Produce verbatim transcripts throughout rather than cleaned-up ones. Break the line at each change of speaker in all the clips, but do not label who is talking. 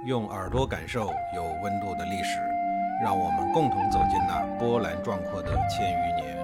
用耳朵感受有温度的历史，让我们共同走进那波澜壮阔的千余年。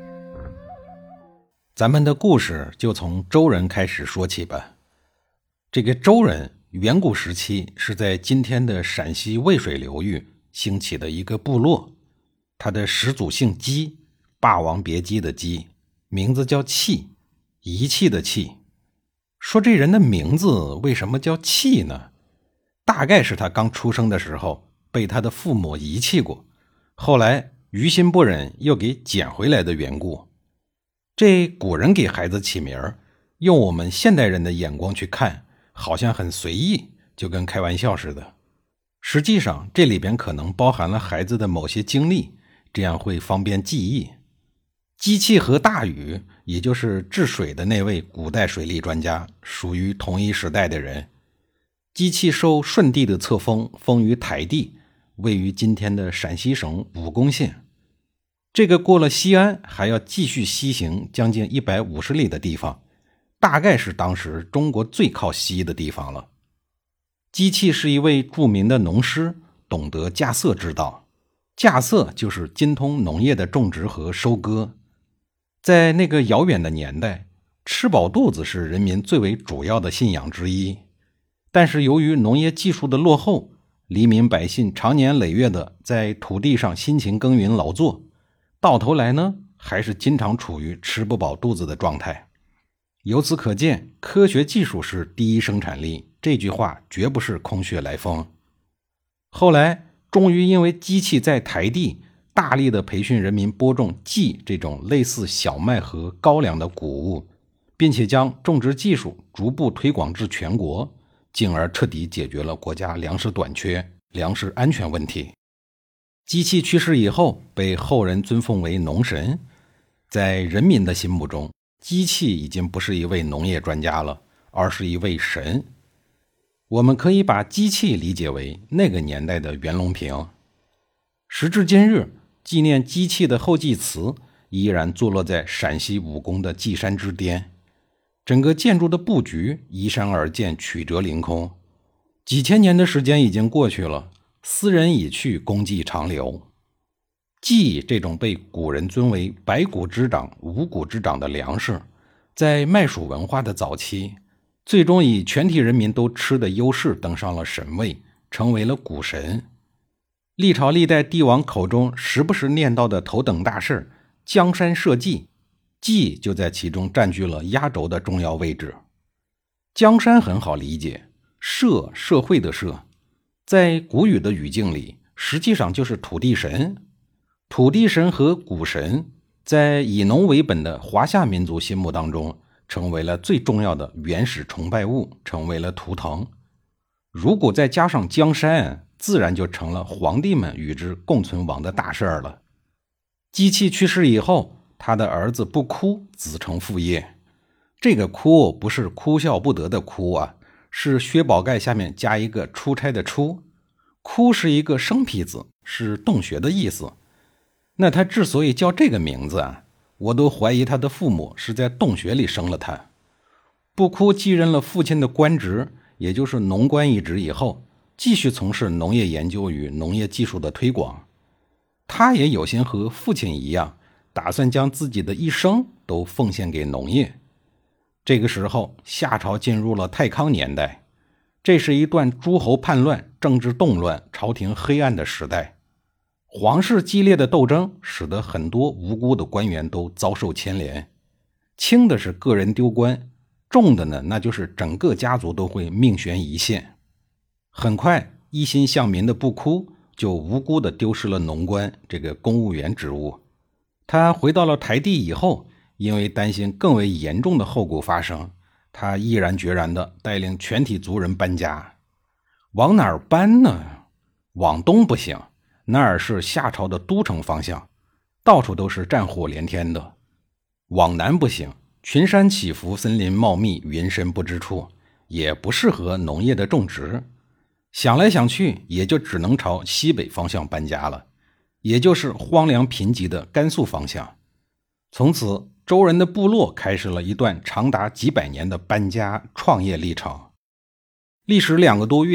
咱们的故事就从周人开始说起吧。这个周人远古时期是在今天的陕西渭水流域兴起的一个部落，他的始祖姓姬，霸王别姬的姬，名字叫契，遗弃的弃。说这人的名字为什么叫契呢？大概是他刚出生的时候被他的父母遗弃过，后来于心不忍又给捡回来的缘故。这古人给孩子起名，用我们现代人的眼光去看，好像很随意，就跟开玩笑似的。实际上这里边可能包含了孩子的某些经历，这样会方便记忆。姬契和大禹，也就是治水的那位古代水利专家，属于同一时代的人。姬契受舜帝的册封，封于台地，位于今天的陕西省武功县。这个过了西安还要继续西行将近一百五十里的地方，大概是当时中国最靠西的地方了。姬契是一位著名的农师，懂得稼穑之道。稼穑就是精通农业的种植和收割。在那个遥远的年代，吃饱肚子是人民最为主要的信仰之一。但是由于农业技术的落后，黎民百姓常年累月的在土地上辛勤耕耘劳作，到头来呢，还是经常处于吃不饱肚子的状态。由此可见，科学技术是第一生产力，这句话绝不是空穴来风。后来终于因为机器在台地大力的培训人民播种稷这种类似小麦和高粱的谷物，并且将种植技术逐步推广至全国，进而彻底解决了国家粮食短缺、粮食安全问题。姬契去世以后，被后人尊奉为农神。在人民的心目中，姬契已经不是一位农业专家了，而是一位神。我们可以把姬契理解为那个年代的袁隆平。时至今日，纪念姬契的后祭祠依然坐落在陕西武功的稷山之巅。整个建筑的布局依山而建，曲折凌空。几千年的时间已经过去了，斯人已去，功绩长留。稷这种被古人尊为百谷之长、五谷之长的粮食，在麦黍文化的早期，最终以全体人民都吃的优势登上了神位，成为了谷神。历朝历代帝王口中时不时念叨的头等大事，江山社稷，稷就在其中占据了压轴的重要位置。江山很好理解，社社会的社，在古语的语境里，实际上就是土地神。土地神和谷神在以农为本的华夏民族心目当中，成为了最重要的原始崇拜物，成为了图腾。如果再加上江山，自然就成了皇帝们与之共存亡的大事儿了。姬契去世以后，他的儿子不哭，子承父业。这个哭不是哭笑不得的哭啊，是薛宝盖下面加一个出差的出。哭是一个生僻字，是洞穴的意思。那他之所以叫这个名字啊，我都怀疑他的父母是在洞穴里生了他。不哭继任了父亲的官职，也就是农官一职以后，继续从事农业研究与农业技术的推广。他也有心和父亲一样，打算将自己的一生都奉献给农业。这个时候，夏朝进入了太康年代，这是一段诸侯叛乱、政治动乱、朝廷黑暗的时代。皇室激烈的斗争使得很多无辜的官员都遭受牵连，轻的是个人丢官，重的呢，那就是整个家族都会命悬一线。很快，一心向民的不哭就无辜地丢失了农官这个公务员职务。他回到了台地以后，因为担心更为严重的后果发生，他毅然决然地带领全体族人搬家。往哪儿搬呢？往东不行，那儿是夏朝的都城方向，到处都是战火连天的。往南不行，群山起伏，森林茂密，云深不知处，也不适合农业的种植。想来想去，也就只能朝西北方向搬家了，也就是荒凉贫瘠的甘肃方向。从此，周人的部落开始了一段长达几百年的搬家创业历程。历时两个多月，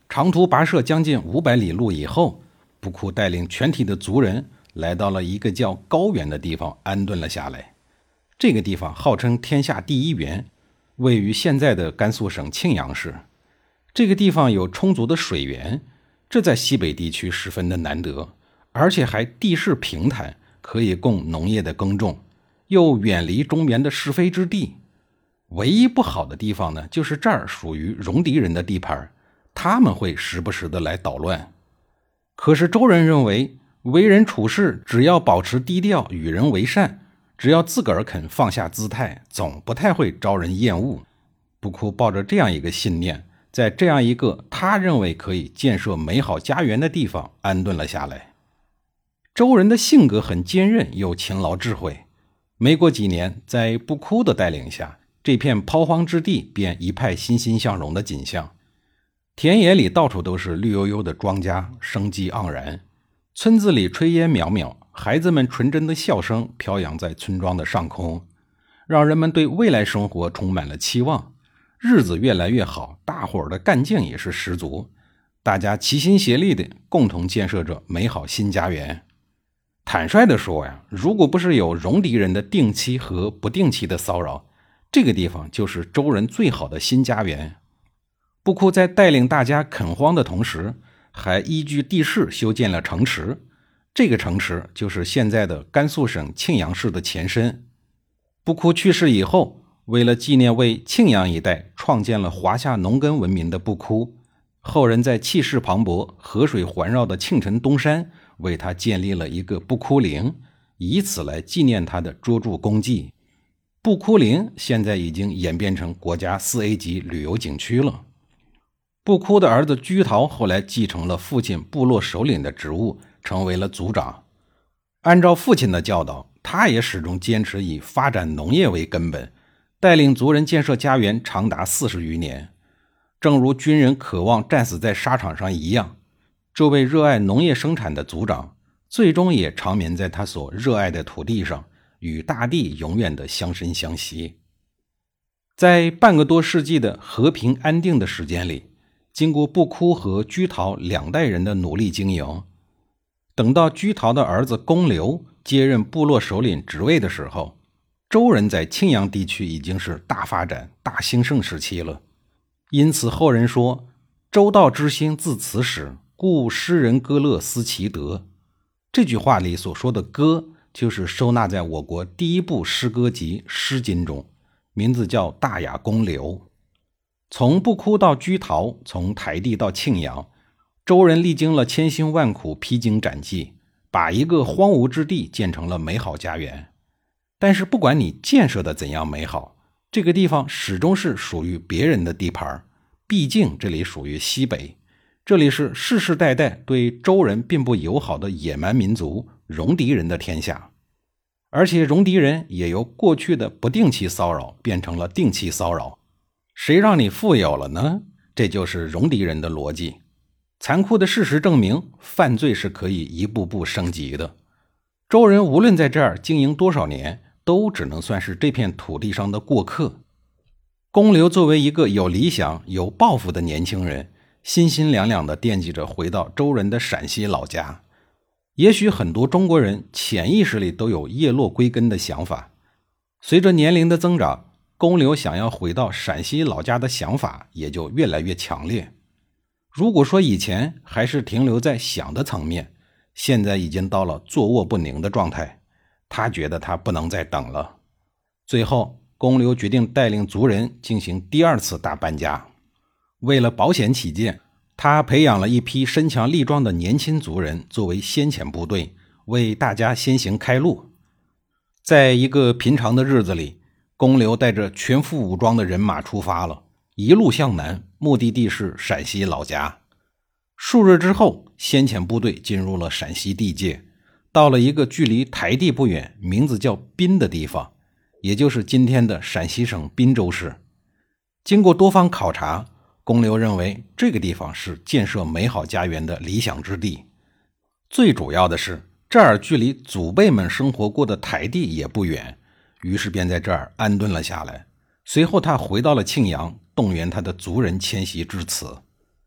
长途跋涉将近五百里路以后，布库带领全体的族人来到了一个叫高原的地方安顿了下来。这个地方号称天下第一原，位于现在的甘肃省庆阳市。这个地方有充足的水源，这在西北地区十分的难得，而且还地势平坦，可以供农业的耕种，又远离中原的是非之地。唯一不好的地方呢，就是这儿属于戎狄人的地盘，他们会时不时的来捣乱。可是周人认为，为人处事只要保持低调，与人为善，只要自个儿肯放下姿态，总不太会招人厌恶。布库抱着这样一个信念，在这样一个他认为可以建设美好家园的地方安顿了下来。周人的性格很坚韧又勤劳智慧，没过几年，在布库的带领下，这片抛荒之地便一派欣欣向荣的景象。田野里到处都是绿油油的庄稼，生机盎然。村子里炊烟袅袅，孩子们纯真的笑声飘扬在村庄的上空，让人们对未来生活充满了期望。日子越来越好，大伙儿的干劲也是十足，大家齐心协力的共同建设着美好新家园。坦率地说呀，如果不是有戎狄人的定期和不定期的骚扰，这个地方就是周人最好的新家园。布库在带领大家垦荒的同时，还依据地势修建了城池，这个城池就是现在的甘肃省庆阳市的前身。布库去世以后，为了纪念为庆阳一带创建了华夏农耕文明的布库，后人在气势磅礴、河水环绕的庆城东山为他建立了一个布库陵，以此来纪念他的卓著功绩。布库陵现在已经演变成国家 四 A 级旅游景区了。布库的儿子居陶后来继承了父亲部落首领的职务，成为了族长。按照父亲的教导，他也始终坚持以发展农业为根本，带领族人建设家园长达四十余年。正如军人渴望战死在沙场上一样，这位热爱农业生产的族长，最终也长眠在他所热爱的土地上，与大地永远的相生相惜。在半个多世纪的和平安定的时间里，经过布库和居陶两代人的努力经营，等到居陶的儿子公刘接任部落首领职位的时候，周人在庆阳地区已经是大发展、大兴盛时期了。因此后人说，周道之兴自此始，故诗人歌乐思其德。这句话里所说的歌，就是收纳在我国第一部诗歌集《诗经》中，名字叫《大雅公刘》。从布库到居陶，从台地到庆阳，周人历经了千辛万苦，披荆斩棘，把一个荒芜之地建成了美好家园。但是不管你建设的怎样美好，这个地方始终是属于别人的地盘，毕竟这里属于西北，这里是世世代代对周人并不友好的野蛮民族戎狄人的天下。而且戎狄人也由过去的不定期骚扰变成了定期骚扰。谁让你富有了呢？这就是戎狄人的逻辑。残酷的事实证明，犯罪是可以一步步升级的。周人无论在这儿经营多少年，都只能算是这片土地上的过客。公刘作为一个有理想、有抱负的年轻人，心心两两地惦记着回到周人的陕西老家。也许很多中国人潜意识里都有叶落归根的想法。随着年龄的增长，公刘想要回到陕西老家的想法也就越来越强烈。如果说以前还是停留在想的层面，现在已经到了坐卧不宁的状态。他觉得他不能再等了。最后，公刘决定带领族人进行第二次大搬家。为了保险起见，他培养了一批身强力壮的年轻族人作为先遣部队，为大家先行开路。在一个平常的日子里，公刘带着全副武装的人马出发了，一路向南，目的地是陕西老家。数日之后，先遣部队进入了陕西地界，到了一个距离台地不远，名字叫滨的地方，也就是今天的陕西省滨州市。经过多方考察，公刘认为这个地方是建设美好家园的理想之地。最主要的是，这儿距离祖辈们生活过的台地也不远，于是便在这儿安顿了下来。随后他回到了庆阳，动员他的族人迁徙至此。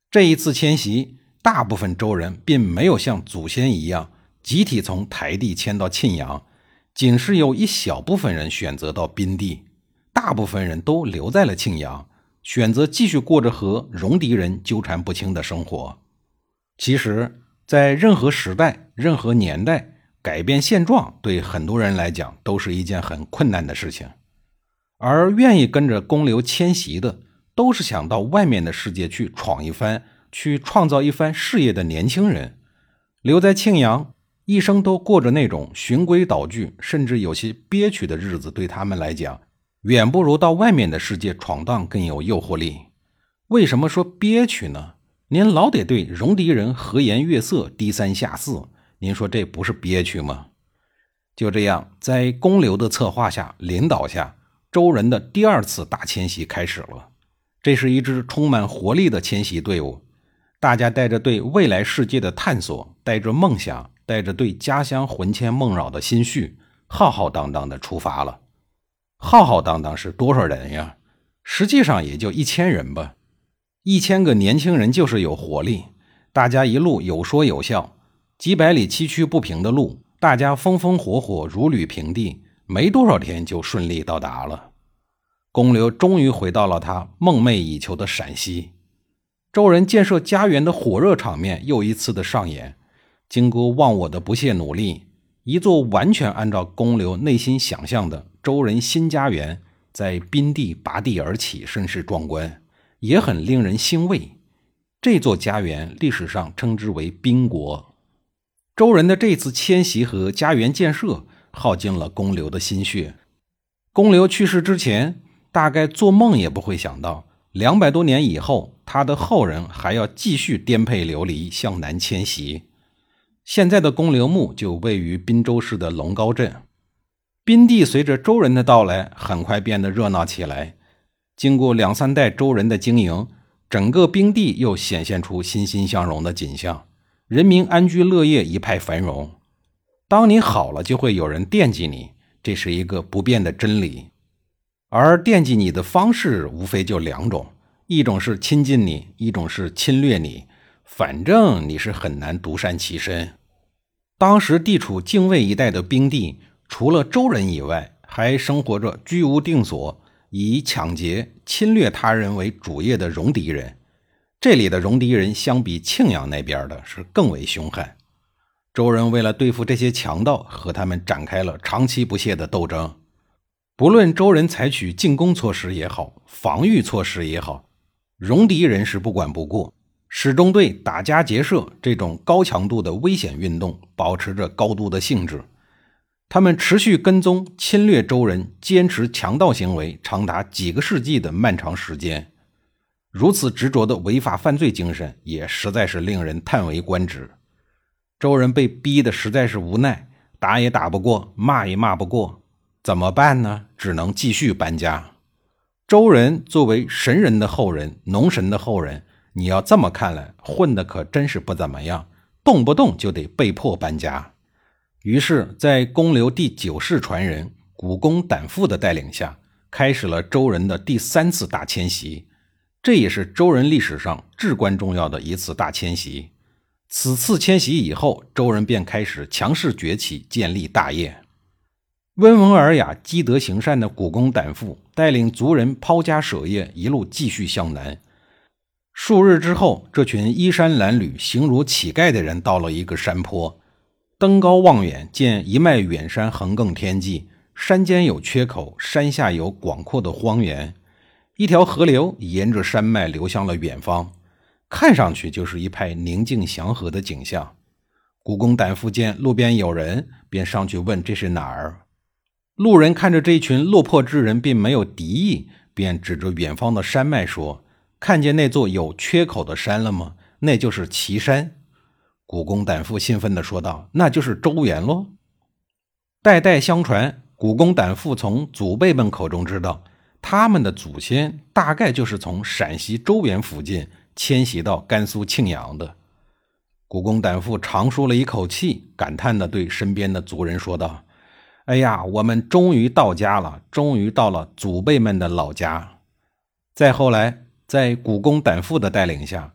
这一次迁徙，大部分周人并没有像祖先一样集体从台地迁到沁阳，仅是有一小部分人选择到宾地，大部分人都留在了沁阳，选择继续过着和戎狄人纠缠不清的生活。其实在任何时代任何年代，改变现状对很多人来讲都是一件很困难的事情，而愿意跟着公刘迁徙的都是想到外面的世界去闯一番，去创造一番事业的年轻人。留在沁阳一生都过着那种循规蹈矩甚至有些憋屈的日子，对他们来讲远不如到外面的世界闯荡更有诱惑力。为什么说憋屈呢？您老得对戎狄人和颜悦色低三下四，您说这不是憋屈吗？就这样，在公刘的策划下领导下，周人的第二次大迁徙开始了。这是一支充满活力的迁徙队伍，大家带着对未来世界的探索，带着梦想，带着对家乡魂牵梦绕的心绪，浩浩荡荡地出发了。浩浩荡荡是多少人呀？实际上也就一千人吧。一千个年轻人就是有活力，大家一路有说有笑，几百里崎岖不平的路，大家风风火火如履平地，没多少天就顺利到达了。公刘终于回到了他梦寐以求的陕西，周人建设家园的火热场面又一次的上演。经过忘我的不懈努力，一座完全按照公刘内心想象的周人新家园在宾地拔地而起，声势壮观，也很令人欣慰。这座家园历史上称之为宾国。周人的这次迁徙和家园建设耗尽了公刘的心血。公刘去世之前，大概做梦也不会想到两百多年以后，他的后人还要继续颠沛流离向南迁徙。现在的公刘墓就位于滨州市的龙高镇。宾地随着周人的到来很快变得热闹起来，经过两三代周人的经营，整个宾地又显现出欣欣向荣的景象，人民安居乐业，一派繁荣。当你好了，就会有人惦记你，这是一个不变的真理。而惦记你的方式无非就两种，一种是亲近你，一种是侵略你，反正你是很难独善其身。当时地处泾渭一带的宾地，除了周人以外，还生活着居无定所，以抢劫侵略他人为主业的戎狄人。这里的戎狄人相比沁阳那边的是更为凶悍。周人为了对付这些强盗，和他们展开了长期不懈的斗争。不论周人采取进攻措施也好，防御措施也好，戎狄人是不管不顾，始终对打家劫舍这种高强度的危险运动保持着高度的兴致。他们持续跟踪侵略周人，坚持强盗行为长达几个世纪的漫长时间。如此执着的违法犯罪精神也实在是令人叹为观止。周人被逼得实在是无奈，打也打不过，骂也骂不过，怎么办呢？只能继续搬家。周人作为神人的后人，农神的后人，你要这么看来，混得可真是不怎么样，动不动就得被迫搬家。于是在公刘第九世传人古公胆父的带领下，开始了周人的第三次大迁徙。这也是周人历史上至关重要的一次大迁徙。此次迁徙以后，周人便开始强势崛起，建立大业。温文尔雅、积德行善的古公胆父带领族人抛家舍业，一路继续向南。数日之后，这群衣衫褴褛、形如乞丐的人到了一个山坡，登高望远，见一脉远山横亘天际，山间有缺口，山下有广阔的荒原，一条河流沿着山脉流向了远方，看上去就是一派宁静祥和的景象。古公胆父见路边有人，便上去问这是哪儿。路人看着这一群落魄之人并没有敌意，便指着远方的山脉说，看见那座有缺口的山了吗？那就是岐山。古公胆父兴奋地说道，那就是周原咯。代代相传，古公胆父从祖辈们口中知道，他们的祖先大概就是从陕西周原附近迁徙到甘肃沁阳的。古公胆父长舒了一口气，感叹地对身边的族人说道，哎呀，我们终于到家了，终于到了祖辈们的老家。再后来，在古公胆父的带领下，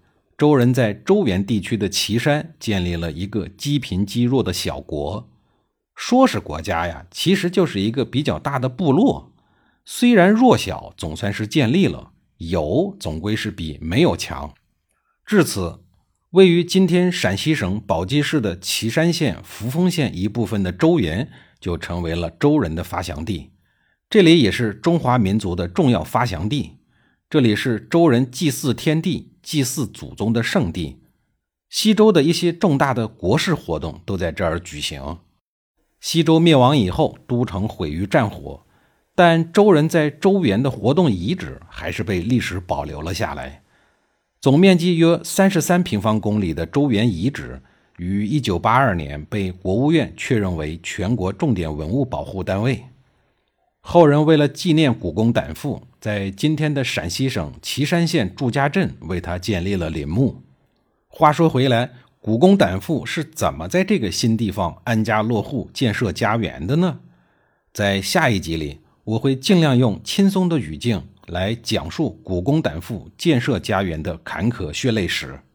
周人在周原地区的岐山建立了一个积贫积弱的小国。说是国家呀，其实就是一个比较大的部落。虽然弱小，总算是建立了，有总归是比没有强。至此，位于今天陕西省宝鸡市的岐山县、扶风县一部分的周原，就成为了周人的发祥地。这里也是中华民族的重要发祥地，这里是周人祭祀天地、祭祀祖宗的圣地。西周的一些重大的国事活动都在这儿举行。西周灭亡以后，都城毁于战火，但周人在周原的活动遗址还是被历史保留了下来。总面积约三十三平方公里的周原遗址，于一九八二年被国务院确认为全国重点文物保护单位。后人为了纪念古公胆父，在今天的陕西省岐山县祝家镇为他建立了陵墓。话说回来，古公胆父是怎么在这个新地方安家落户、建设家园的呢？在下一集里，我会尽量用轻松的语境来讲述古公胆父建设家园的坎坷血泪史。